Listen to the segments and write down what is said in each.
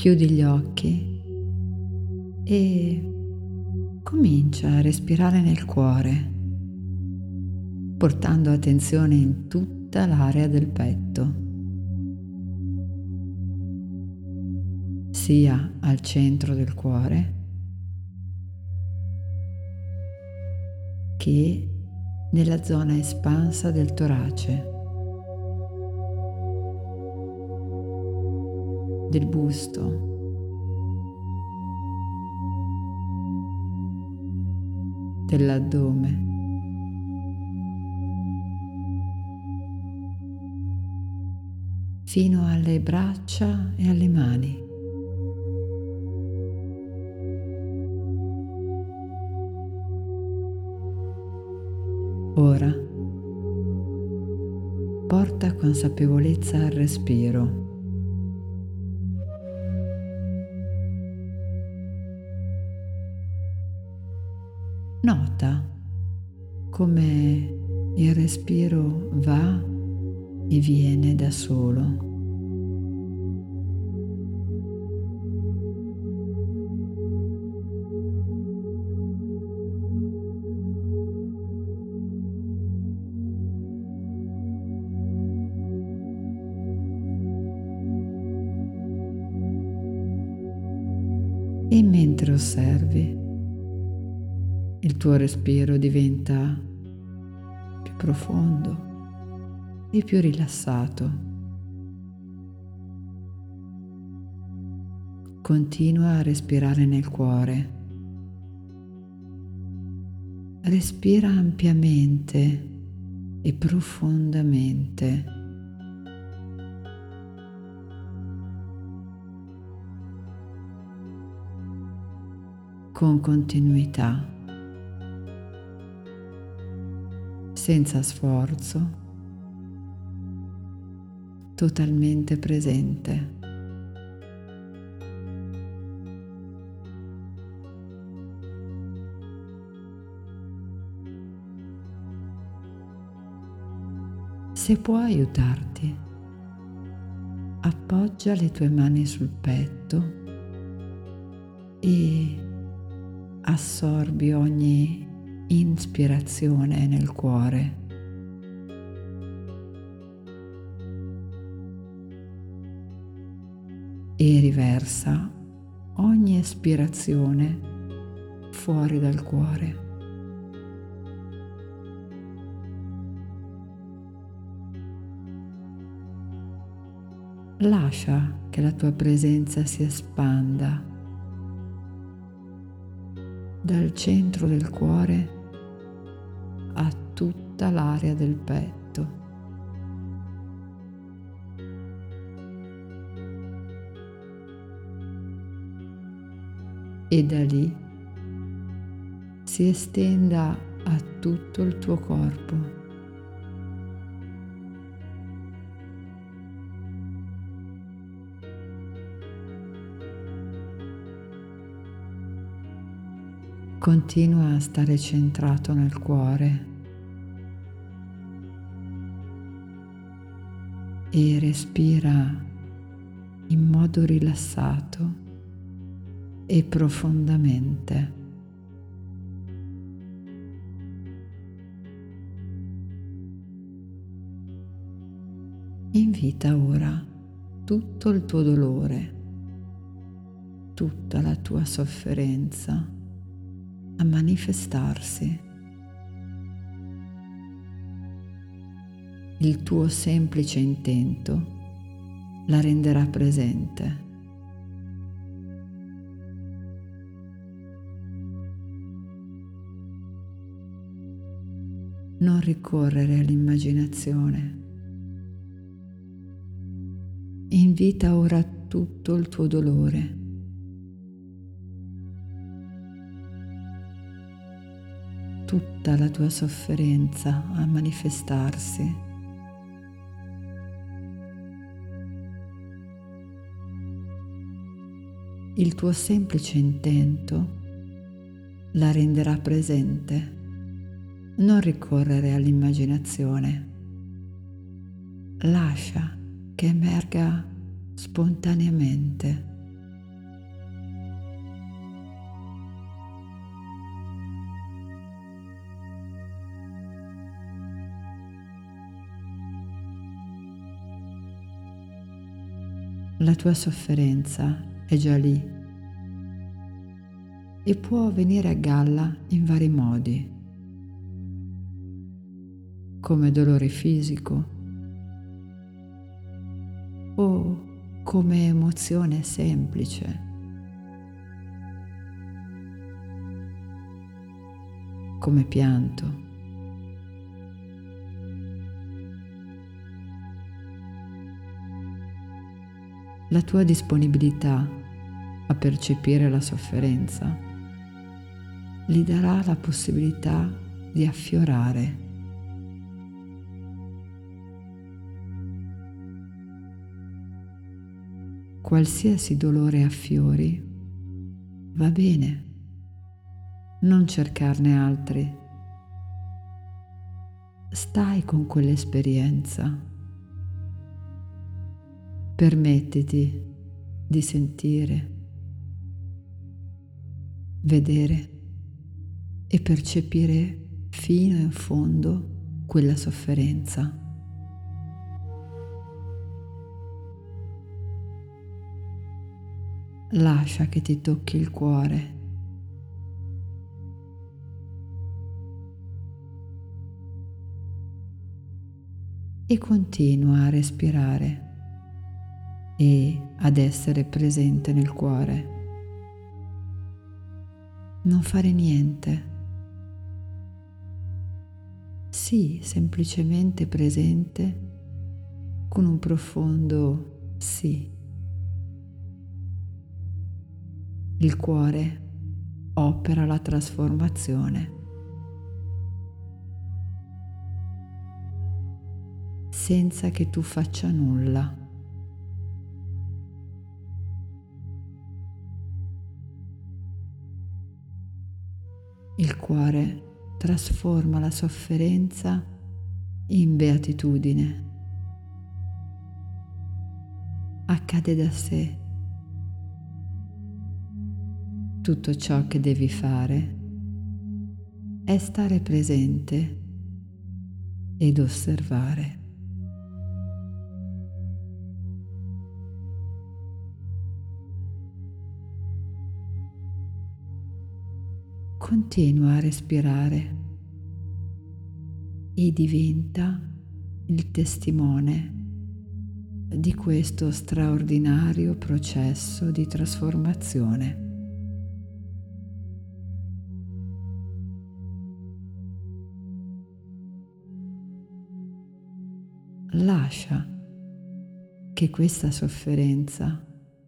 Chiudi gli occhi e comincia a respirare nel cuore, portando attenzione in tutta l'area del petto, sia al centro del cuore che nella zona espansa del torace, del busto, dell'addome, fino alle braccia e alle mani. Ora porta consapevolezza al respiro. Nota come il respiro va e viene da solo. E mentre osservi, il tuo respiro diventa più profondo e più rilassato. Continua a respirare nel cuore. Respira ampiamente e profondamente. Con continuità, senza sforzo, totalmente presente. Se può aiutarti, appoggia le tue mani sul petto e assorbi ogni ispirazione nel cuore e riversa ogni espirazione fuori dal cuore. Lascia che la tua presenza si espanda dal centro del cuore a tutta l'area del petto. E da lì si estenda a tutto il tuo corpo. Continua a stare centrato nel cuore e respira in modo rilassato e profondamente. Invita ora tutto il tuo dolore, tutta la tua sofferenza a manifestarsi. Il tuo semplice intento la renderà presente. Non ricorrere all'immaginazione. Invita ora tutto il tuo dolore, tutta la tua sofferenza a manifestarsi. Il tuo semplice intento la renderà presente. Non ricorrere all'immaginazione. Lascia che emerga spontaneamente. La tua sofferenza è già lì e può venire a galla in vari modi, come dolore fisico o come emozione semplice, come pianto. La tua disponibilità a percepire la sofferenza gli darà la possibilità di affiorare. Qualsiasi dolore affiori va bene, non cercarne altri. Stai con quell'esperienza. Permettiti di sentire, vedere e percepire fino in fondo quella sofferenza. Lascia che ti tocchi il cuore. E continua a respirare e ad essere presente nel cuore. Non fare niente. Sii semplicemente presente con un profondo sì. Il cuore opera la trasformazione. Senza che tu faccia nulla. Il cuore trasforma la sofferenza in beatitudine. Accade da sé. Tutto ciò che devi fare è stare presente ed osservare. Continua a respirare e diventa il testimone di questo straordinario processo di trasformazione. Lascia che questa sofferenza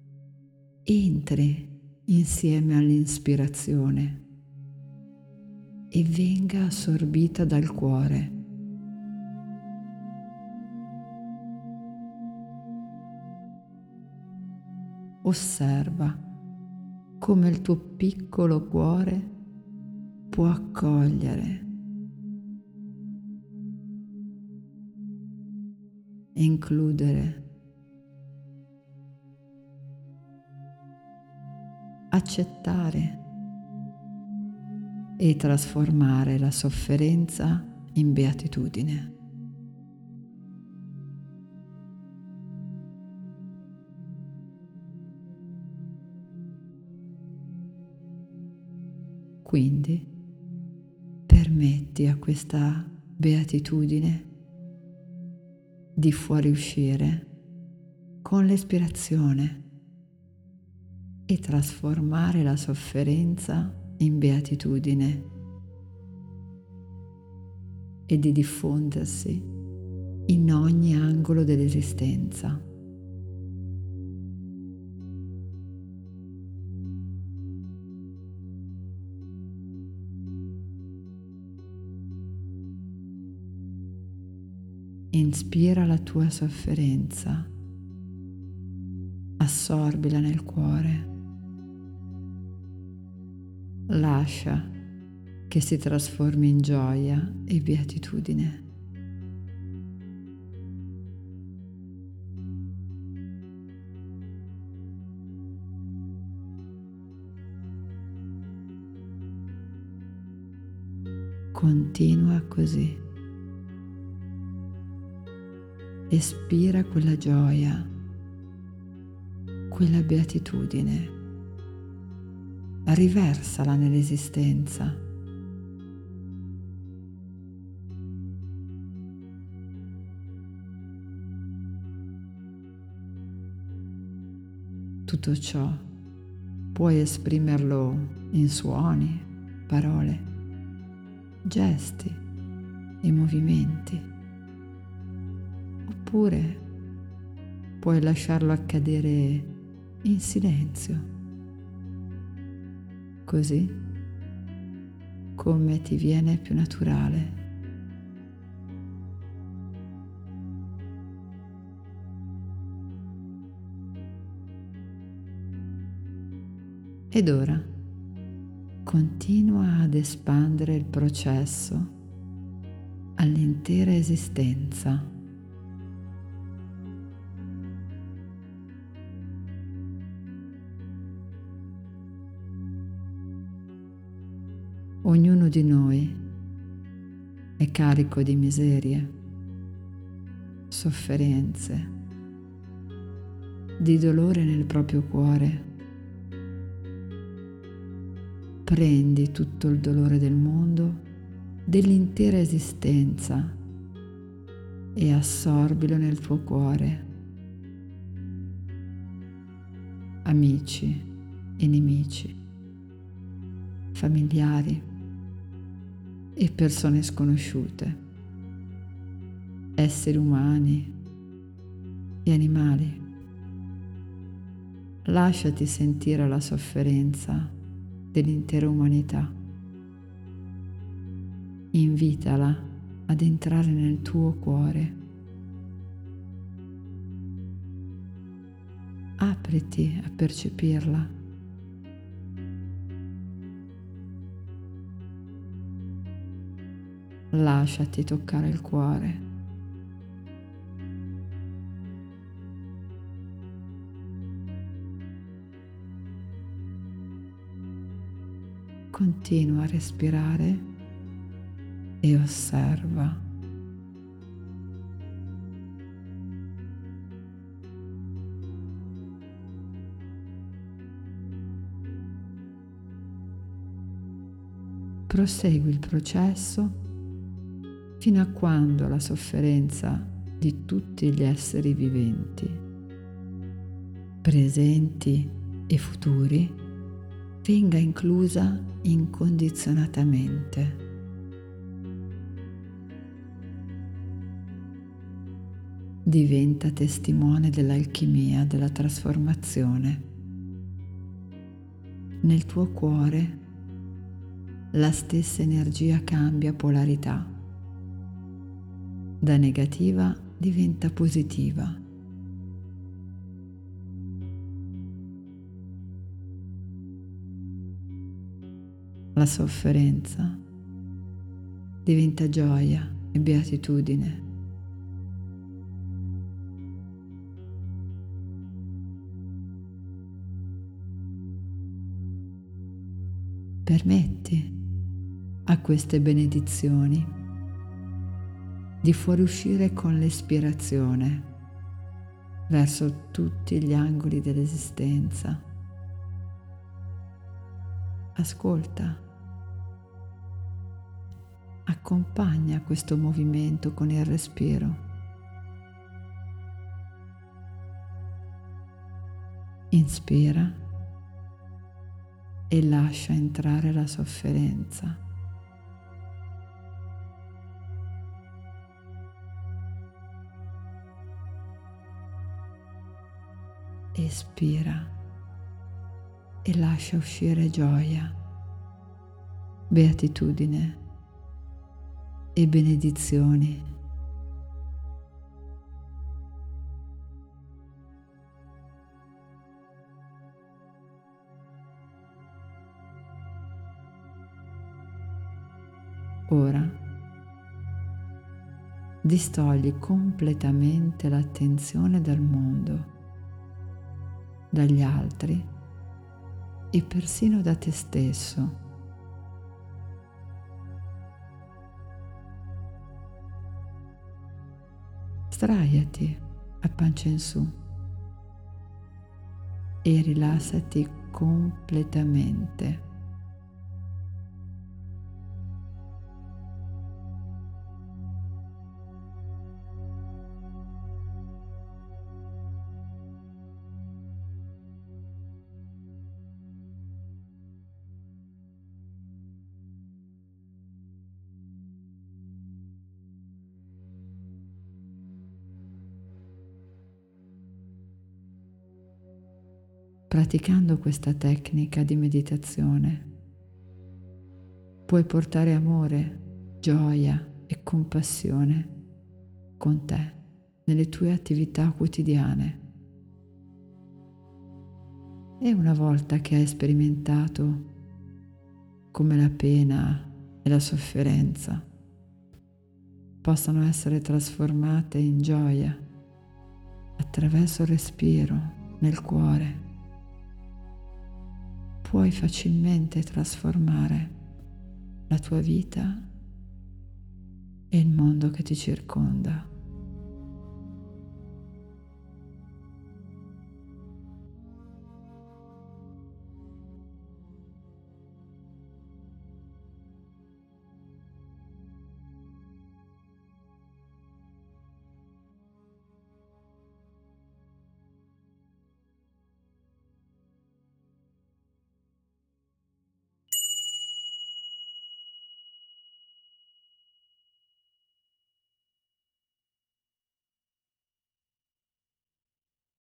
entri insieme all'ispirazione e venga assorbita dal cuore. Osserva come il tuo piccolo cuore può accogliere e includere, accettare e trasformare la sofferenza in beatitudine. Quindi permetti a questa beatitudine di fuoriuscire con l'espirazione e trasformare la sofferenza in beatitudine e di diffondersi in ogni angolo dell'esistenza. Inspira la tua sofferenza, assorbila nel cuore, lascia che si trasformi in gioia e beatitudine. Continua così. Espira quella gioia quella beatitudine, riversala nell'esistenza. Tutto ciò puoi esprimerlo in suoni, parole, gesti e movimenti, oppure puoi lasciarlo accadere in silenzio, così come ti viene più naturale. Ed ora continua ad espandere il processo all'intera esistenza. Ognuno di noi è carico di miserie, sofferenze, di dolore nel proprio cuore. Prendi tutto il dolore del mondo, dell'intera esistenza, e assorbilo nel tuo cuore. Amici e nemici, familiari e persone sconosciute, esseri umani e animali. Lasciati sentire la sofferenza dell'intera umanità. Invitala ad entrare nel tuo cuore. Apriti a percepirla. Lasciati toccare il cuore. Continua a respirare e osserva. Prosegui il processo fino a quando la sofferenza di tutti gli esseri viventi, presenti e futuri, venga inclusa incondizionatamente. Diventa testimone dell'alchimia della trasformazione. Nel tuo cuore la stessa energia cambia polarità. Da negativa diventa positiva. La sofferenza diventa gioia e beatitudine. Permetti a queste benedizioni di fuoriuscire con l'espirazione verso tutti gli angoli dell'esistenza. Ascolta. Accompagna questo movimento con il respiro. Inspira e lascia entrare la sofferenza. Espira e lascia uscire gioia, beatitudine e benedizioni. Ora distogli completamente l'attenzione dal mondo, dagli altri e persino da te stesso. Sdraiati a pancia in su. e rilassati completamente. Praticando questa tecnica di meditazione puoi portare amore, gioia e compassione con te nelle tue attività quotidiane. E una volta che hai sperimentato come la pena e la sofferenza possano essere trasformate in gioia attraverso il respiro nel cuore, puoi facilmente trasformare la tua vita e il mondo che ti circonda.